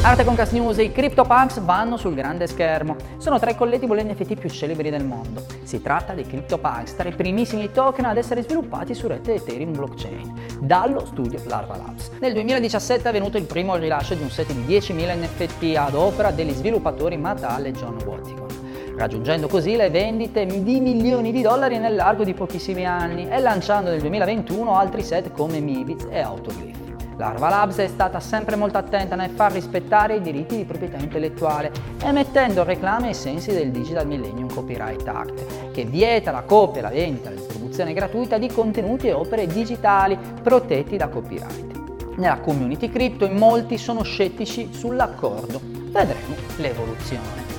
Arte Concast News, i CryptoPunks vanno sul grande schermo. Sono tra i collectible NFT più celebri del mondo. Si tratta dei CryptoPunks, tra i primissimi token ad essere sviluppati su rete Ethereum blockchain, dallo studio Larva Labs. Nel 2017 è avvenuto il primo rilascio di un set di 10.000 NFT ad opera degli sviluppatori Matal e John Watticon, raggiungendo così le vendite di milioni di dollari nell'arco di pochissimi anni e lanciando nel 2021 altri set come Mibits e Autoglyph. Larva Labs è stata sempre molto attenta nel far rispettare i diritti di proprietà intellettuale, emettendo reclami ai sensi del Digital Millennium Copyright Act, che vieta la copia, la vendita e la distribuzione gratuita di contenuti e opere digitali protetti da copyright. Nella community cripto in molti sono scettici sull'accordo. Vedremo l'evoluzione.